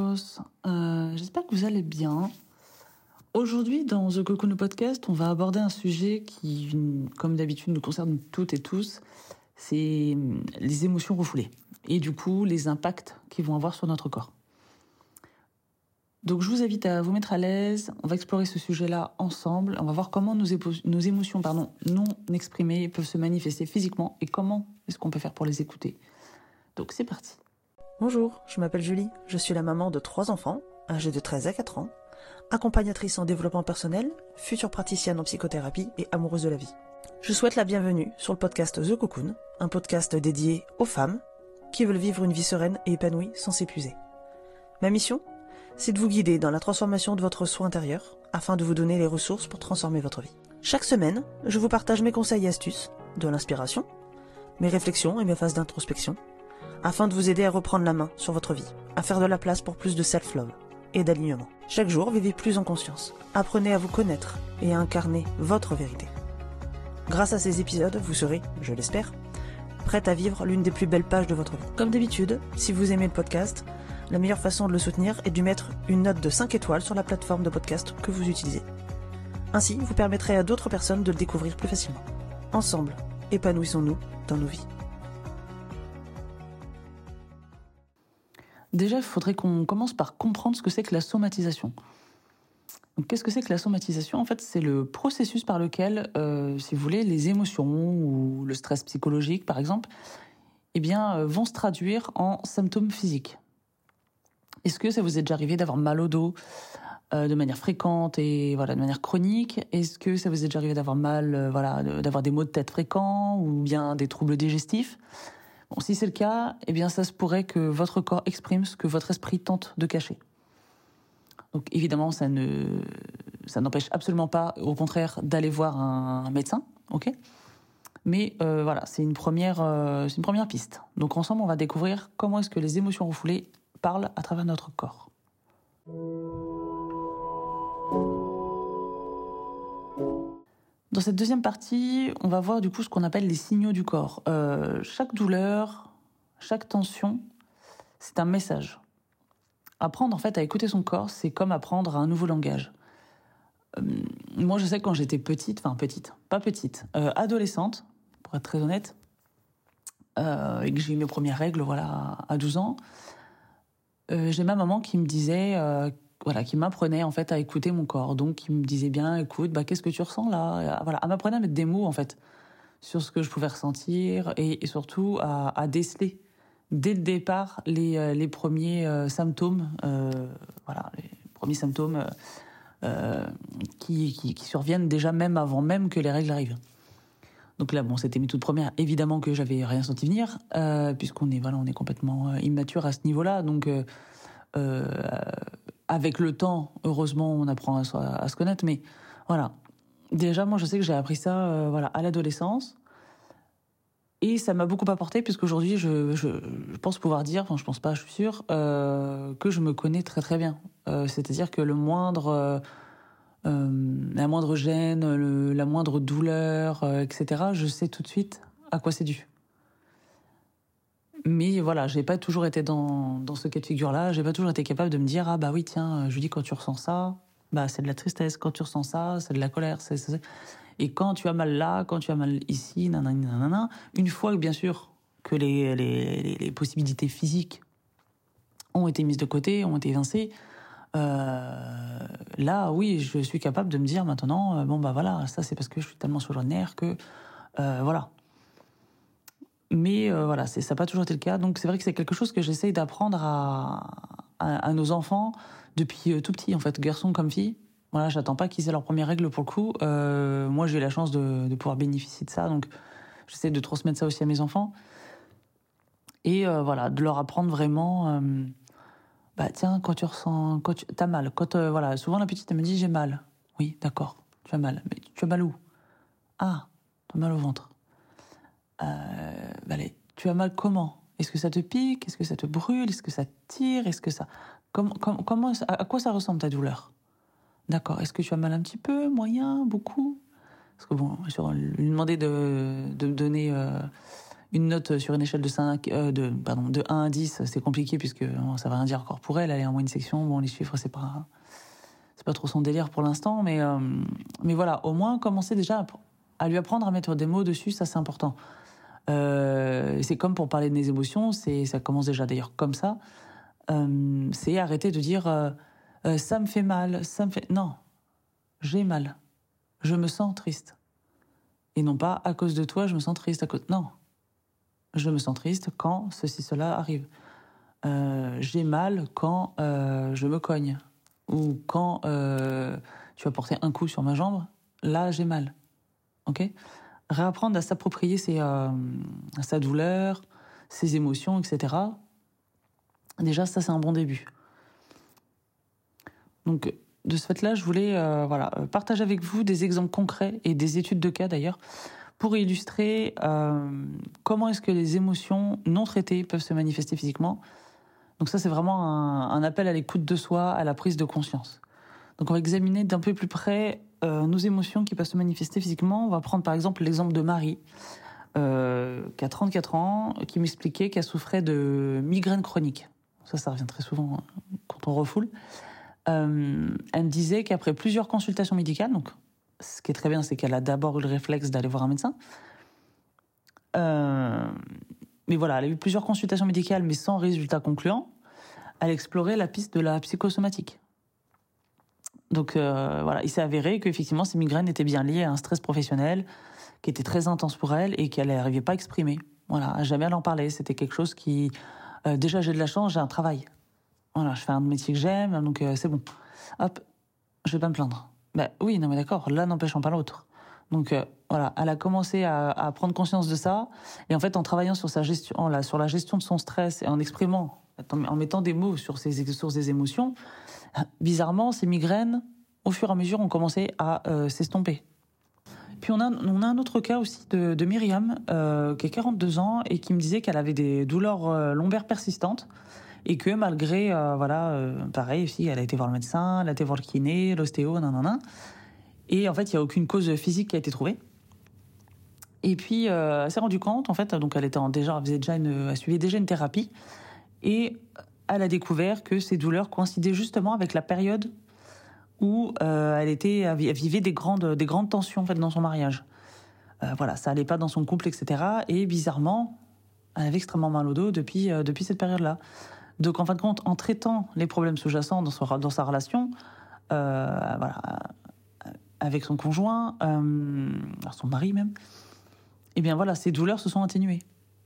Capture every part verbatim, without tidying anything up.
tous, euh, j'espère que vous allez bien. Aujourd'hui, dans The Cocoon Podcast, on va aborder un sujet qui, comme d'habitude, nous concerne toutes et tous, c'est les émotions refoulées et du coup les impacts qu'ils vont avoir sur notre corps. Donc je vous invite à vous mettre à l'aise, on va explorer ce sujet-là ensemble, on va voir comment nos, épo- nos émotions pardon, non exprimées peuvent se manifester physiquement et comment est-ce qu'on peut faire pour les écouter. Donc c'est parti. Bonjour, je m'appelle Julie, je suis la maman de trois enfants, âgés de treize à quatre ans, accompagnatrice en développement personnel, future praticienne en psychothérapie et amoureuse de la vie. Je souhaite la bienvenue sur le podcast The Cocoon, un podcast dédié aux femmes qui veulent vivre une vie sereine et épanouie sans s'épuiser. Ma mission ? C'est de vous guider dans la transformation de votre soi intérieur afin de vous donner les ressources pour transformer votre vie. Chaque semaine, je vous partage mes conseils et astuces, de l'inspiration, mes réflexions et mes phases d'introspection, afin de vous aider à reprendre la main sur votre vie, à faire de la place pour plus de self-love et d'alignement. Chaque jour, vivez plus en conscience. Apprenez à vous connaître et à incarner votre vérité. Grâce à ces épisodes, vous serez, je l'espère, prête à vivre l'une des plus belles pages de votre vie. Comme d'habitude, si vous aimez le podcast, la meilleure façon de le soutenir est de lui mettre une note de cinq étoiles sur la plateforme de podcast que vous utilisez. Ainsi, vous permettrez à d'autres personnes de le découvrir plus facilement. Ensemble, épanouissons-nous dans nos vies. Déjà, il faudrait qu'on commence par comprendre ce que c'est que la somatisation. Donc, qu'est-ce que c'est que la somatisation ? En fait, c'est le processus par lequel, euh, si vous voulez, les émotions ou le stress psychologique, par exemple, eh bien, euh, vont se traduire en symptômes physiques. Est-ce que ça vous est déjà arrivé d'avoir mal au dos euh, de manière fréquente et voilà, de manière chronique ? Est-ce que ça vous est déjà arrivé d'avoir mal, euh, voilà, d'avoir des maux de tête fréquents ou bien des troubles digestifs ? Bon, si c'est le cas, eh bien, ça se pourrait que votre corps exprime ce que votre esprit tente de cacher. Donc, évidemment, ça ne, ça n'empêche absolument pas, au contraire, d'aller voir un, un médecin, ok ? Mais euh, voilà, c'est une première, euh, c'est une première piste. Donc, ensemble, on va découvrir comment est-ce que les émotions refoulées parlent à travers notre corps. Dans cette deuxième partie, on va voir du coup ce qu'on appelle les signaux du corps. Euh, chaque douleur, chaque tension, c'est un message. Apprendre en fait à écouter son corps, c'est comme apprendre un nouveau langage. Euh, moi, je sais que quand j'étais petite, enfin petite, pas petite, euh, adolescente, pour être très honnête, euh, et que j'ai eu mes premières règles, voilà, à douze ans, euh, j'ai ma maman qui me disait, euh, voilà, qui m'apprenait en fait à écouter mon corps. Donc, qui me disait bien, écoute, bah qu'est-ce que tu ressens là ? Voilà, elle m'apprenait à mettre des mots en fait sur ce que je pouvais ressentir et, et surtout à, à déceler dès le départ les, les premiers euh, symptômes, euh, voilà, les premiers symptômes euh, qui, qui, qui surviennent déjà même avant même que les règles arrivent. Donc là, bon, c'était mes toutes premières. Évidemment que j'avais rien senti venir, euh, puisqu'on est, voilà, on est complètement immature à ce niveau-là. Donc, euh, euh, avec le temps, heureusement, on apprend à, à se connaître. Mais voilà, déjà, moi, je sais que j'ai appris ça, euh, voilà, à l'adolescence. Et ça m'a beaucoup apporté, puisqu'aujourd'hui, je, je, je pense pouvoir dire, enfin, je pense pas, je suis sûre, euh, que je me connais très très bien. Euh, c'est-à-dire que le moindre, euh, euh, la moindre gêne, le, la moindre douleur, euh, et cetera, je sais tout de suite à quoi c'est dû. Mais voilà, j'ai pas toujours été dans, dans ce cas de figure-là, j'ai pas toujours été capable de me dire, ah bah oui, tiens, Julie, quand tu ressens ça, bah c'est de la tristesse, quand tu ressens ça, c'est de la colère, c'est... c'est, c'est... Et quand tu as mal là, quand tu as mal ici, nanana, nanana, une fois que, bien sûr, que les, les, les, les possibilités physiques ont été mises de côté, ont été évincées, euh, là, oui, je suis capable de me dire maintenant, euh, bon, bah voilà, ça c'est parce que je suis tellement sur le nerf que, euh, voilà. Mais euh, voilà, c'est, ça n'a pas toujours été le cas. Donc c'est vrai que c'est quelque chose que j'essaye d'apprendre à, à, à nos enfants depuis euh, tout petit, en fait, garçons comme filles. Voilà, j'attends pas qu'ils aient leurs premières règles pour le coup. Euh, moi, j'ai eu la chance de, de pouvoir bénéficier de ça, donc j'essaie de transmettre ça aussi à mes enfants. Et euh, voilà, de leur apprendre vraiment. Euh, bah tiens, quand tu ressens, quand tu as mal, quand euh, voilà, souvent la petite elle me dit j'ai mal. Oui, d'accord, tu as mal. Mais tu as mal où ? Ah, tu as mal au ventre. Euh, allez, tu as mal comment ? Est-ce que ça te pique ? Est-ce que ça te brûle ? Est-ce que ça te tire ? Est-ce que ça comment, comment, comment à quoi ça ressemble ta douleur ? D'accord. Est-ce que tu as mal un petit peu, moyen, beaucoup ? Parce que bon, je vais lui demander de, de me donner euh, une note sur une échelle de cinq, euh, de, pardon, de un à dix, c'est compliqué puisque bon, ça va rien dire corporel, elle est en moyenne section, bon, les chiffres, c'est pas, c'est pas trop son délire pour l'instant, mais, euh, mais voilà, au moins commencer déjà à, à lui apprendre à mettre des mots dessus, ça c'est important. Euh, c'est comme pour parler de mes émotions, c'est, ça commence déjà d'ailleurs comme ça, euh, c'est arrêter de dire euh, euh, ça me fait mal, ça me fait... Non, j'ai mal, je me sens triste. Et non pas à cause de toi, je me sens triste. À cause... Non, je me sens triste quand ceci, cela arrive. Euh, j'ai mal quand euh, je me cogne. Ou quand euh, tu as porté un coup sur ma jambe, là j'ai mal. Ok ? Réapprendre à s'approprier ses, euh, sa douleur, ses émotions, et cetera. Déjà, ça c'est un bon début. Donc, de ce fait-là, je voulais euh, voilà, partager avec vous des exemples concrets et des études de cas d'ailleurs pour illustrer euh, comment est-ce que les émotions non traitées peuvent se manifester physiquement. Donc ça, c'est vraiment un, un appel à l'écoute de soi, à la prise de conscience. Donc on va examiner d'un peu plus près euh, nos émotions qui peuvent se manifester physiquement. On va prendre par exemple l'exemple de Marie, euh, qui a trente-quatre ans, qui m'expliquait qu'elle souffrait de migraines chroniques. Ça, ça revient très souvent quand on refoule. Euh, elle me disait qu'après plusieurs consultations médicales, donc ce qui est très bien, c'est qu'elle a d'abord eu le réflexe d'aller voir un médecin. Euh, mais voilà, elle a eu plusieurs consultations médicales, mais sans résultat concluant. Elle explorait la piste de la psychosomatique. Donc euh, voilà, il s'est avéré qu'effectivement, ces migraines étaient bien liées à un stress professionnel qui était très intense pour elle et qu'elle n'arrivait pas à exprimer. Voilà, à jamais elle en parlait. C'était quelque chose qui... Euh, déjà, j'ai de la chance, j'ai un travail. Voilà, je fais un métier que j'aime, donc euh, c'est bon. Hop, je vais pas me plaindre. Ben oui, non mais d'accord, l'un n'empêchant pas l'autre. Donc euh, voilà, elle a commencé à, à prendre conscience de ça, et en fait, en travaillant sur sa gestion, là, sur la gestion de son stress et en exprimant, en mettant des mots sur ses, sur ses émotions, bizarrement, ces migraines, au fur et à mesure, ont commencé à euh, s'estomper. Puis on a, on a un autre cas aussi de, de Myriam, euh, qui a quarante-deux ans et qui me disait qu'elle avait des douleurs euh, lombaires persistantes. Et que malgré, euh, voilà, euh, pareil aussi, elle a été voir le médecin, elle a été voir le kiné, l'ostéo, nanana. Et en fait, il n'y a aucune cause physique qui a été trouvée. Et puis, euh, elle s'est rendue compte, en fait, donc elle, était en déjà, elle, faisait déjà une, elle suivait déjà une thérapie. Et elle a découvert que ces douleurs coïncidaient justement avec la période où euh, elle, était, elle vivait des grandes, des grandes tensions en fait, dans son mariage. Euh, voilà, ça allait pas dans son couple, et cetera. Et bizarrement, elle avait extrêmement mal au dos depuis, euh, depuis cette période-là. Donc, en fin de compte, en traitant les problèmes sous-jacents dans, son, dans sa relation, euh, voilà, avec son conjoint, euh, son mari même, eh bien voilà, ces douleurs se sont atténuées.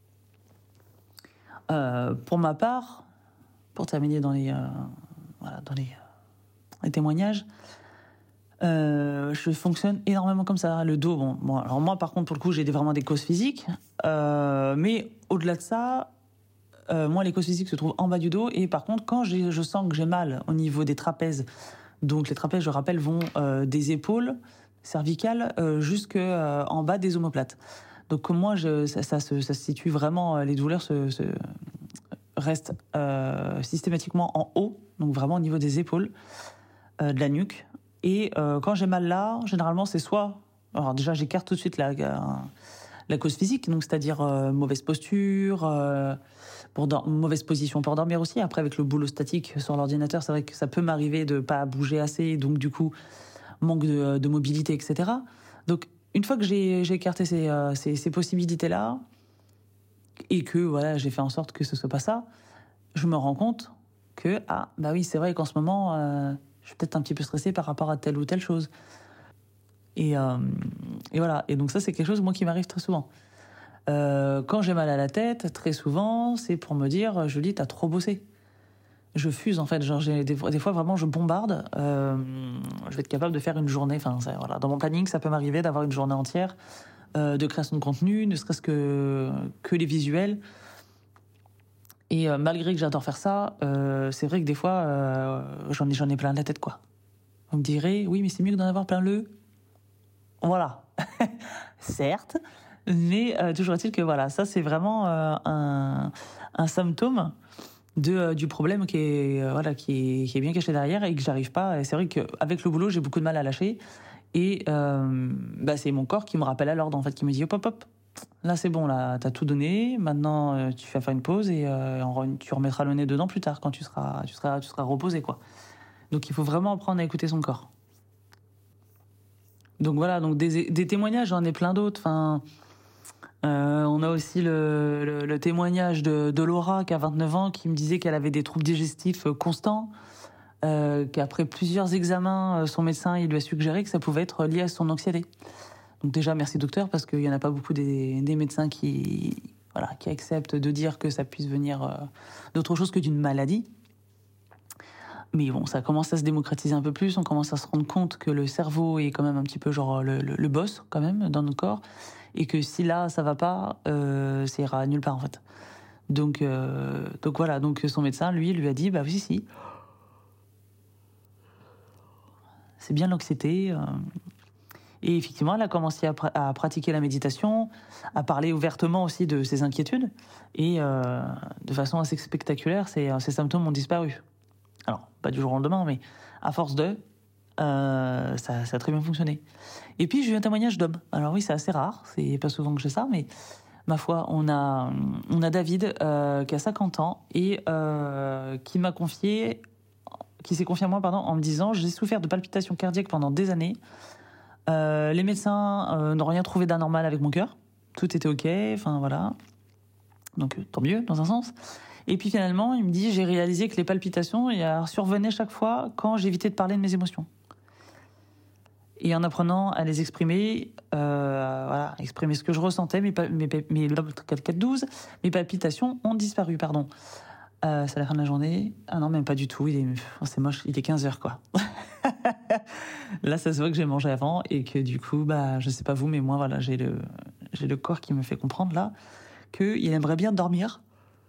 Euh, pour ma part, pour terminer dans les, euh, voilà, dans les, euh, les témoignages, euh, je fonctionne énormément comme ça. Le dos, bon, bon, alors moi, par contre, pour le coup, j'ai des, vraiment des causes physiques, euh, mais au-delà de ça. Euh, moi, les causes physiques se trouvent en bas du dos. Et par contre, quand j'ai, je sens que j'ai mal au niveau des trapèzes, donc les trapèzes, je rappelle, vont euh, des épaules cervicales euh, jusqu'en euh, bas des omoplates. Donc moi, je, ça, ça, se, ça se situe vraiment, les douleurs se, se restent euh, systématiquement en haut, donc vraiment au niveau des épaules, euh, de la nuque. Et euh, quand j'ai mal là, généralement, c'est soit... Alors déjà, j'écarte tout de suite la, la, la cause physique, donc c'est-à-dire euh, mauvaise posture... Euh, pour dor- mauvaise position pour dormir aussi. Après, avec le boulot statique sur l'ordinateur, c'est vrai que ça peut m'arriver de pas bouger assez, donc du coup, manque de, de mobilité, et cetera. Donc, une fois que j'ai, j'ai écarté ces, euh, ces, ces possibilités-là, et que voilà, j'ai fait en sorte que ce soit pas ça, je me rends compte que, ah, bah oui, c'est vrai qu'en ce moment, euh, je suis peut-être un petit peu stressée par rapport à telle ou telle chose. Et, euh, et voilà. Et donc ça, c'est quelque chose, moi, qui m'arrive très souvent. Euh, quand j'ai mal à la tête, très souvent, c'est pour me dire, Julie, t'as trop bossé. Je fuse, en fait. Genre, j'ai des, des fois, vraiment, je bombarde. Euh, je vais être capable de faire une journée. Enfin, ça, voilà. Dans mon planning, ça peut m'arriver d'avoir une journée entière euh, de création de contenu, ne serait-ce que, que les visuels. Et euh, malgré que j'adore faire ça, euh, c'est vrai que des fois, euh, j'en ai, j'en ai plein la tête, quoi. Vous me direz, oui, mais c'est mieux que d'en avoir plein le... Voilà. Certes. Mais euh, toujours est-il que voilà, ça c'est vraiment euh, un, un symptôme de, euh, du problème qui est, euh, voilà, qui, est, qui est bien caché derrière et que j'arrive pas. Et c'est vrai qu'avec le boulot, j'ai beaucoup de mal à lâcher. Et euh, bah, c'est mon corps qui me rappelle à l'ordre, en fait, qui me dit hop, hop, hop, là c'est bon, là t'as tout donné, maintenant euh, tu vas faire une pause et euh, tu remettras le nez dedans plus tard quand tu seras, tu seras, tu seras reposé, quoi. Donc il faut vraiment apprendre à écouter son corps. Donc voilà, donc des, des témoignages, j'en ai plein d'autres. Enfin, euh, on a aussi le, le, le témoignage de, de Laura qui a vingt-neuf ans, qui me disait qu'elle avait des troubles digestifs constants, euh, qu'après plusieurs examens, son médecin il lui a suggéré que ça pouvait être lié à son anxiété. Donc déjà, merci docteur, parce qu'il n'y en a pas beaucoup des, des médecins qui, voilà, qui acceptent de dire que ça puisse venir euh, d'autre chose que d'une maladie. Mais bon, ça commence à se démocratiser un peu plus, on commence à se rendre compte que le cerveau est quand même un petit peu genre le, le, le boss, quand même, dans notre corps, et que si là, ça va pas, euh, ça ira nulle part, en fait. Donc, euh, donc voilà, donc son médecin, lui, lui a dit, bah oui, si, c'est bien l'anxiété. Euh, et effectivement, elle a commencé à, pr- à pratiquer la méditation, à parler ouvertement aussi de ses inquiétudes, et euh, de façon assez spectaculaire, ses, ses symptômes ont disparu. Alors, pas du jour au lendemain, mais à force de, euh, ça, ça a très bien fonctionné. Et puis, j'ai eu un témoignage d'homme. Alors oui, c'est assez rare, c'est pas souvent que j'ai ça, mais ma foi, on a, on a David euh, qui a cinquante ans et euh, qui m'a confié, qui s'est confié à moi, pardon, en me disant « J'ai souffert de palpitations cardiaques pendant des années. Euh, les médecins euh, n'ont rien trouvé d'anormal avec mon cœur. Tout était OK, enfin voilà. Donc, tant mieux, dans un sens. » Et puis finalement, il me dit, j'ai réalisé que les palpitations survenaient chaque fois quand j'évitais de parler de mes émotions. Et en apprenant à les exprimer, euh, voilà, exprimer ce que je ressentais, mes, mes, mes, quatre quatre douze, mes palpitations ont disparu, pardon. Euh, c'est la fin de la journée. Ah non, même pas du tout, il est, oh, c'est moche, il est quinze heures, quoi. Là, ça se voit que j'ai mangé avant et que du coup, bah, je sais pas vous, mais moi, voilà, j'ai le, j'ai le corps qui me fait comprendre, là, qu'il aimerait bien dormir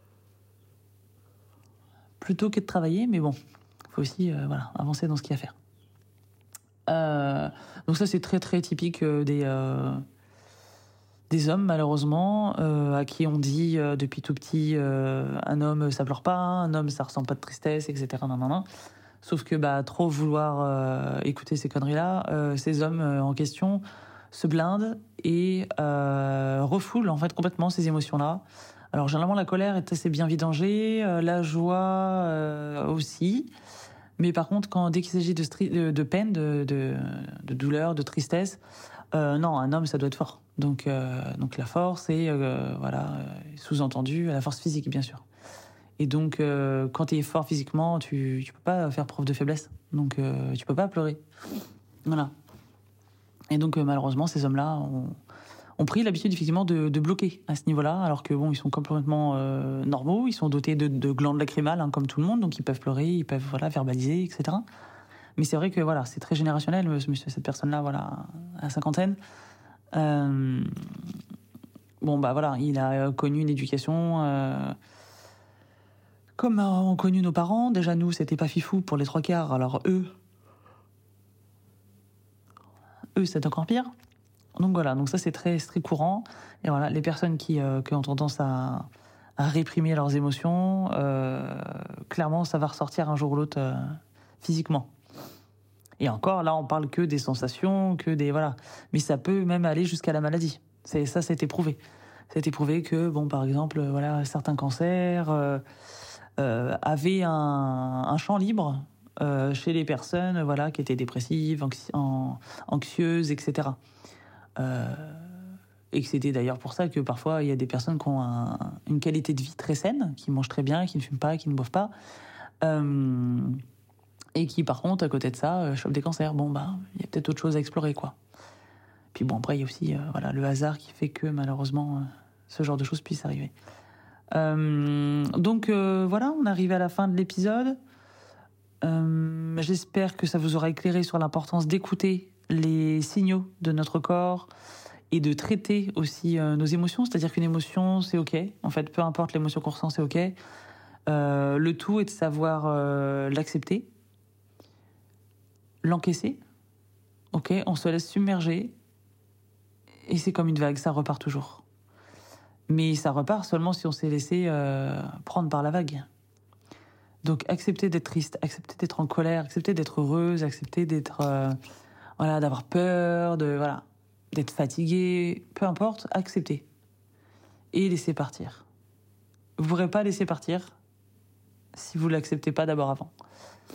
plutôt que de travailler, mais bon, il faut aussi euh, voilà, avancer dans ce qu'il y a à faire. Euh, donc ça, c'est très très typique euh, des, euh, des hommes, malheureusement, euh, à qui on dit euh, depuis tout petit, euh, un homme, ça pleure pas, un homme, ça ressent pas de tristesse, et cetera. Non, non, non. Sauf que bah, trop vouloir euh, écouter ces conneries-là, euh, ces hommes euh, en question se blindent et euh, refoulent en fait complètement ces émotions-là. Alors généralement la colère est assez bien vidangée, euh, la joie euh, aussi, mais par contre quand dès qu'il s'agit de, stri- de, de peine, de, de, de douleur, de tristesse, euh, non, un homme ça doit être fort. Donc euh, donc la force est euh, voilà euh, sous-entendu la force physique bien sûr. Et donc euh, quand tu es fort physiquement, tu tu peux pas faire preuve de faiblesse, donc euh, tu peux pas pleurer, voilà. Et donc euh, malheureusement ces hommes-là ont ont pris l'habitude effectivement de, de bloquer à ce niveau-là, alors que bon, ils sont complètement euh, normaux, ils sont dotés de, de glandes lacrymales hein, comme tout le monde, donc ils peuvent pleurer, ils peuvent voilà verbaliser, et cetera. Mais c'est vrai que voilà, c'est très générationnel. Monsieur, cette personne-là, voilà, à la cinquantaine, euh, bon bah voilà, il a connu une éducation euh, comme ont connu nos parents. Déjà nous, c'était pas fifou pour les trois quarts, alors eux, eux c'est encore pire. Donc voilà, donc ça c'est très, très courant. Et voilà, les personnes qui, euh, qui ont tendance à, à réprimer leurs émotions, euh, clairement ça va ressortir un jour ou l'autre euh, physiquement. Et encore, là on parle que des sensations, que des voilà, mais ça peut même aller jusqu'à la maladie. C'est ça, c'est éprouvé. C'est éprouvé que bon, par exemple, voilà, certains cancers euh, euh, avaient un, un champ libre euh, chez les personnes, voilà, qui étaient dépressives, anxi- en, anxieuses, et cetera. Euh, et que c'était d'ailleurs pour ça que parfois il y a des personnes qui ont un, une qualité de vie très saine, qui mangent très bien, qui ne fument pas, qui ne boivent pas, euh, et qui par contre à côté de ça euh, chopent des cancers. Bon bah il y a peut-être autre chose à explorer quoi. Puis bon après il y a aussi euh, voilà le hasard qui fait que malheureusement euh, ce genre de choses puisse arriver. Euh, donc euh, voilà, on arrive à la fin de l'épisode. Euh, j'espère que ça vous aura éclairé sur l'importance d'écouter les signaux de notre corps et de traiter aussi euh, nos émotions. C'est-à-dire qu'une émotion, c'est OK. En fait, peu importe l'émotion qu'on ressent, c'est OK. Euh, le tout est de savoir euh, l'accepter, l'encaisser. OK, on se laisse submerger et c'est comme une vague, ça repart toujours. Mais ça repart seulement si on s'est laissé euh, prendre par la vague. Donc accepter d'être triste, accepter d'être en colère, accepter d'être heureuse, accepter d'être euh, voilà, d'avoir peur, de voilà, d'être fatigué, peu importe, accepter. et laisser partir. Vous ne pourrez pas laisser partir si vous ne l'acceptez pas d'abord avant. Ok ?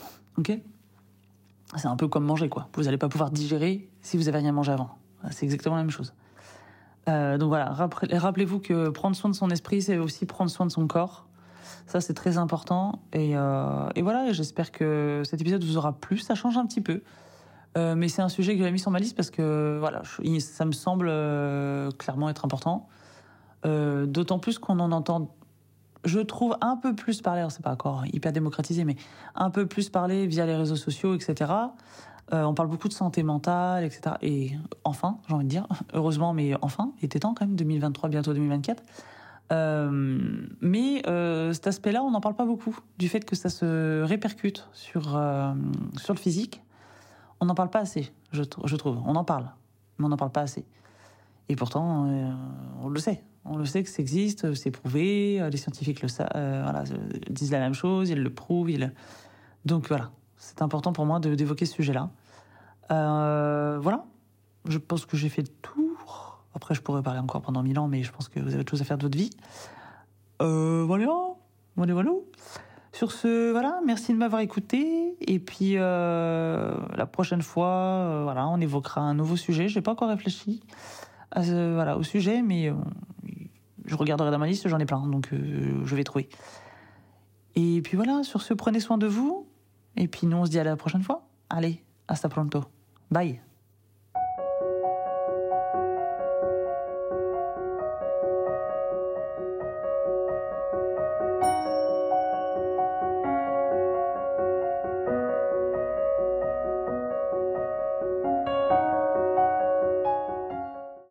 C'est un peu comme manger, quoi. Vous n'allez pas pouvoir digérer si vous n'avez rien mangé avant. C'est exactement la même chose. Euh, donc voilà, rappelez-vous que prendre soin de son esprit, c'est aussi prendre soin de son corps. Ça, c'est très important. Et, euh, et voilà, j'espère que cet épisode vous aura plu. Ça change un petit peu. Euh, mais c'est un sujet que j'avais mis sur ma liste parce que voilà, je, ça me semble euh, clairement être important. Euh, d'autant plus qu'on en entend, je trouve, un peu plus parler, alors c'est pas encore hyper démocratisé, mais un peu plus parler via les réseaux sociaux, et cetera. Euh, on parle beaucoup de santé mentale, et cetera. Et enfin, j'ai envie de dire, heureusement, mais enfin, il était temps quand même, deux mille vingt-trois, bientôt deux mille vingt-quatre. Euh, mais euh, cet aspect-là, on n'en parle pas beaucoup, du fait que ça se répercute sur, euh, sur le physique. On n'en parle pas assez, je, je trouve. On en parle, mais on n'en parle pas assez. Et pourtant, euh, on le sait. On le sait que ça existe, c'est prouvé, les scientifiques le savent, euh, voilà, disent la même chose, ils le prouvent. Ils... Donc voilà, c'est important pour moi de, d'évoquer ce sujet-là. Euh, voilà, je pense que j'ai fait le tour. Après, je pourrais parler encore pendant mille ans, mais je pense que vous avez autre chose à faire de votre vie. Euh, voilà, voilà, voilà. Sur ce, voilà, merci de m'avoir écouté. Et puis, euh, la prochaine fois, euh, voilà, on évoquera un nouveau sujet. Je n'ai pas encore réfléchi à ce, voilà, au sujet, mais euh, je regarderai dans ma liste, j'en ai plein, donc euh, je vais trouver. Et puis voilà, sur ce, prenez soin de vous. Et puis nous, on se dit à la prochaine fois. Allez, hasta pronto. Bye.